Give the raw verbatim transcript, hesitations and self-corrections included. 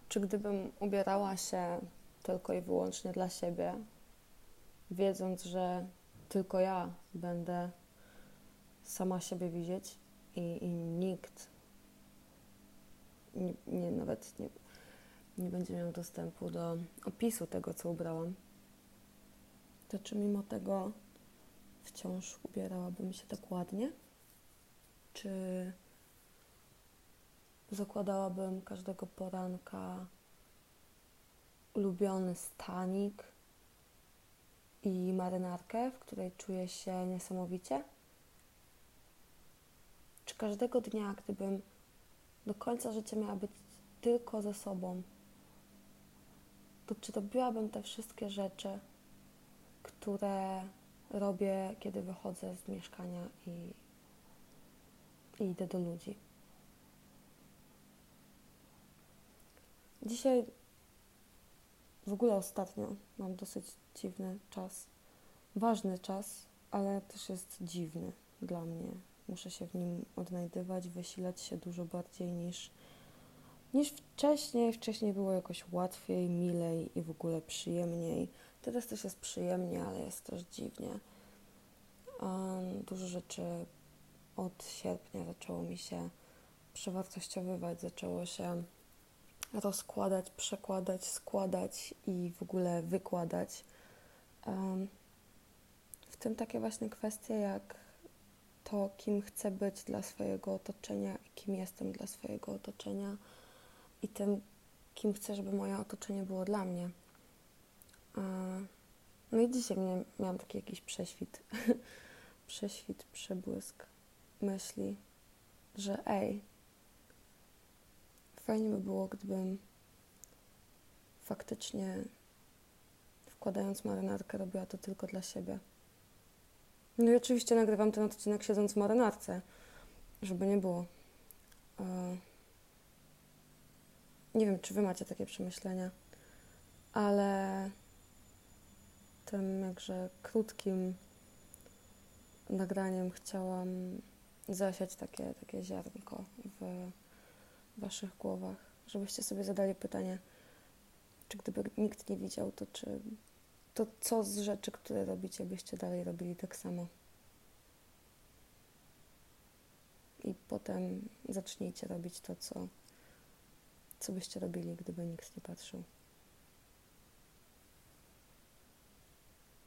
Czy gdybym ubierała się tylko i wyłącznie dla siebie, wiedząc, że tylko ja będę sama siebie widzieć i, i nikt nie, nie, nawet nie, nie będzie miał dostępu do opisu tego, co ubrałam, to czy mimo tego wciąż ubierałabym się tak ładnie? Czy zakładałabym każdego poranka ulubiony stanik i marynarkę, w której czuję się niesamowicie? Czy każdego dnia, gdybym do końca życia miała być tylko ze sobą, to czy robiłabym te wszystkie rzeczy, które robię, kiedy wychodzę z mieszkania i, i idę do ludzi? Dzisiaj, w ogóle ostatnio, mam dosyć dziwny czas. Ważny czas, ale też jest dziwny dla mnie. Muszę się w nim odnajdywać, wysilać się dużo bardziej niż, niż wcześniej. Wcześniej było jakoś łatwiej, milej i w ogóle przyjemniej. Teraz też jest przyjemnie, ale jest też dziwnie. Um, dużo rzeczy od sierpnia zaczęło mi się przewartościowywać, zaczęło się rozkładać, przekładać, składać i w ogóle wykładać. Um, w tym takie właśnie kwestie jak to, kim chcę być dla swojego otoczenia i kim jestem dla swojego otoczenia i tym, kim chcę, żeby moje otoczenie było dla mnie. No i dzisiaj mnie, miałam taki jakiś prześwit, prześwit, przebłysk myśli, że ej, fajnie by było, gdybym faktycznie wkładając marynarkę robiła to tylko dla siebie. No i oczywiście nagrywam ten odcinek siedząc w marynarce, żeby nie było. Nie wiem, czy wy macie takie przemyślenia, ale tym jakże krótkim nagraniem chciałam zasiać takie, takie ziarnko w waszych głowach, żebyście sobie zadali pytanie, czy gdyby nikt nie widział, to czy to co z rzeczy, które robicie, byście dalej robili tak samo. I potem zacznijcie robić to, co, co byście robili, gdyby nikt nie patrzył.